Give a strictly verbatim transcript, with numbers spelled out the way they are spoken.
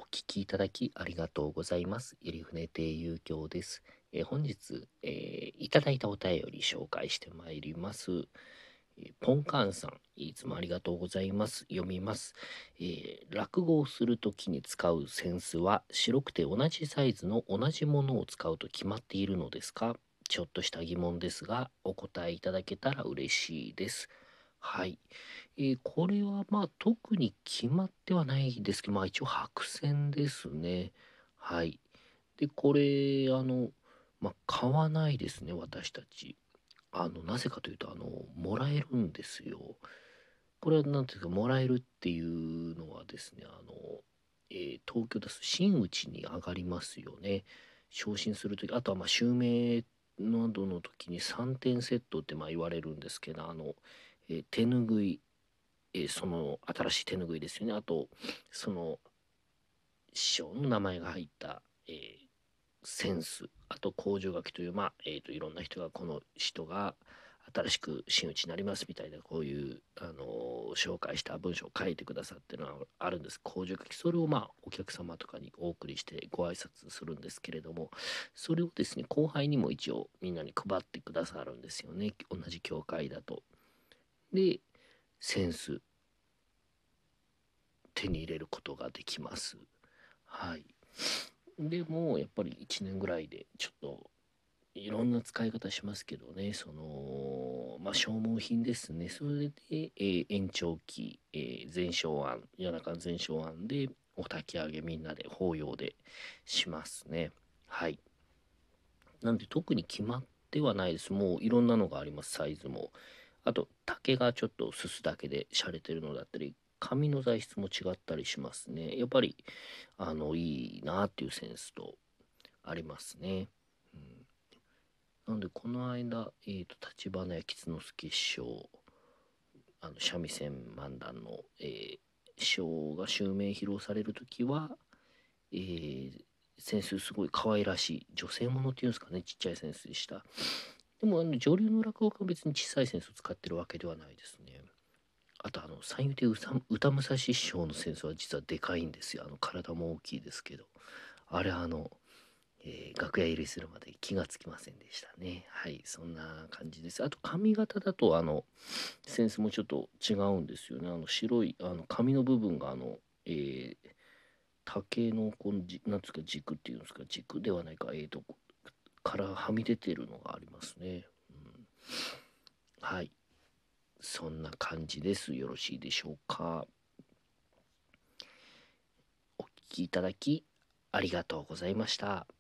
聞きいただきありがとうございます。入船亭遊興です。えー本日、えーいただいたお便り紹介してまいります。えーポンカンさん、いつもありがとうございます。読みます。えー落語をするときに使う扇子は白くて同じサイズの同じものを使うと決まっているのですか？ちょっとした疑問ですが、お答えいただけたら嬉しいです。はい。えーこれはまあ特に決まってはないですけど、まあ一応白線ですね。はい。で、これ、あの、まあ買わないですね、私たち。あの、なぜかというと、あの、もらえるんですよ。これはなんていうか、もらえるっていうのはですね、あの、えー東京です真打ちに上がりますよね。昇進するとき、あとはまあ襲名などの時にさんてんセットってまあ言われるんですけど、あの、えー手ぬぐい、えーその新しい手ぬぐいですよね。あと、その師匠の名前が入った、えーセンス、あと工場書きという、まあ、えーと、いろんな人がこの人が新しく真打ちになりますみたいな、こういう、あのー紹介した文章を書いてくださってるのはあるんです。工場書き、それをまあ、お客様とかにお送りしてご挨拶するんですけれども、それをですね、後輩にも一応みんなに配ってくださるんですよね。同じ教会だと。で、センス、手に入れることができます。はい。でも、やっぱりいちねんぐらいで、ちょっと、いろんな使い方しますけどね、その、まあ、消耗品ですね。それで、えー延長期、えー前哨案、夜中の前哨案で、お焚き上げみんなで法要でしますね。はい。なんで特に決まってはないです。もういろんなのがあります、サイズも。あと、竹がちょっとすすだけで洒落てるのだったり、紙の材質も違ったりしますね。やっぱり、あの、いいなっていうセンスとありますね。うん、なんで、この間、えっ、と、立花屋吉之助師匠、あの、三味線漫談の、えー師匠が襲名披露されるときは、えー、扇子すごい可愛らしい、女性ものっていうんですかね、ちっちゃい扇子でした。でも、あの、女流の落語家は別に小さい扇子を使ってるわけではないですね。あと、あの、三遊亭歌歌武蔵師匠の扇子は実はでかいんですよ。あの、体も大きいですけど。あれ、あの、えー楽屋入りするまで気がつきませんでしたね。はい、そんな感じです。あと、髪型だと、あの、センスもちょっと違うんですよね。あの、白い、あの、髪の部分が、あの、えー竹の、このじ、なんですか、軸っていうんですか、軸ではないか、えーと、からはみ出てるのがありますね。うん、はい。そんな感じです。よろしいでしょうか。お聞きいただき、ありがとうございました。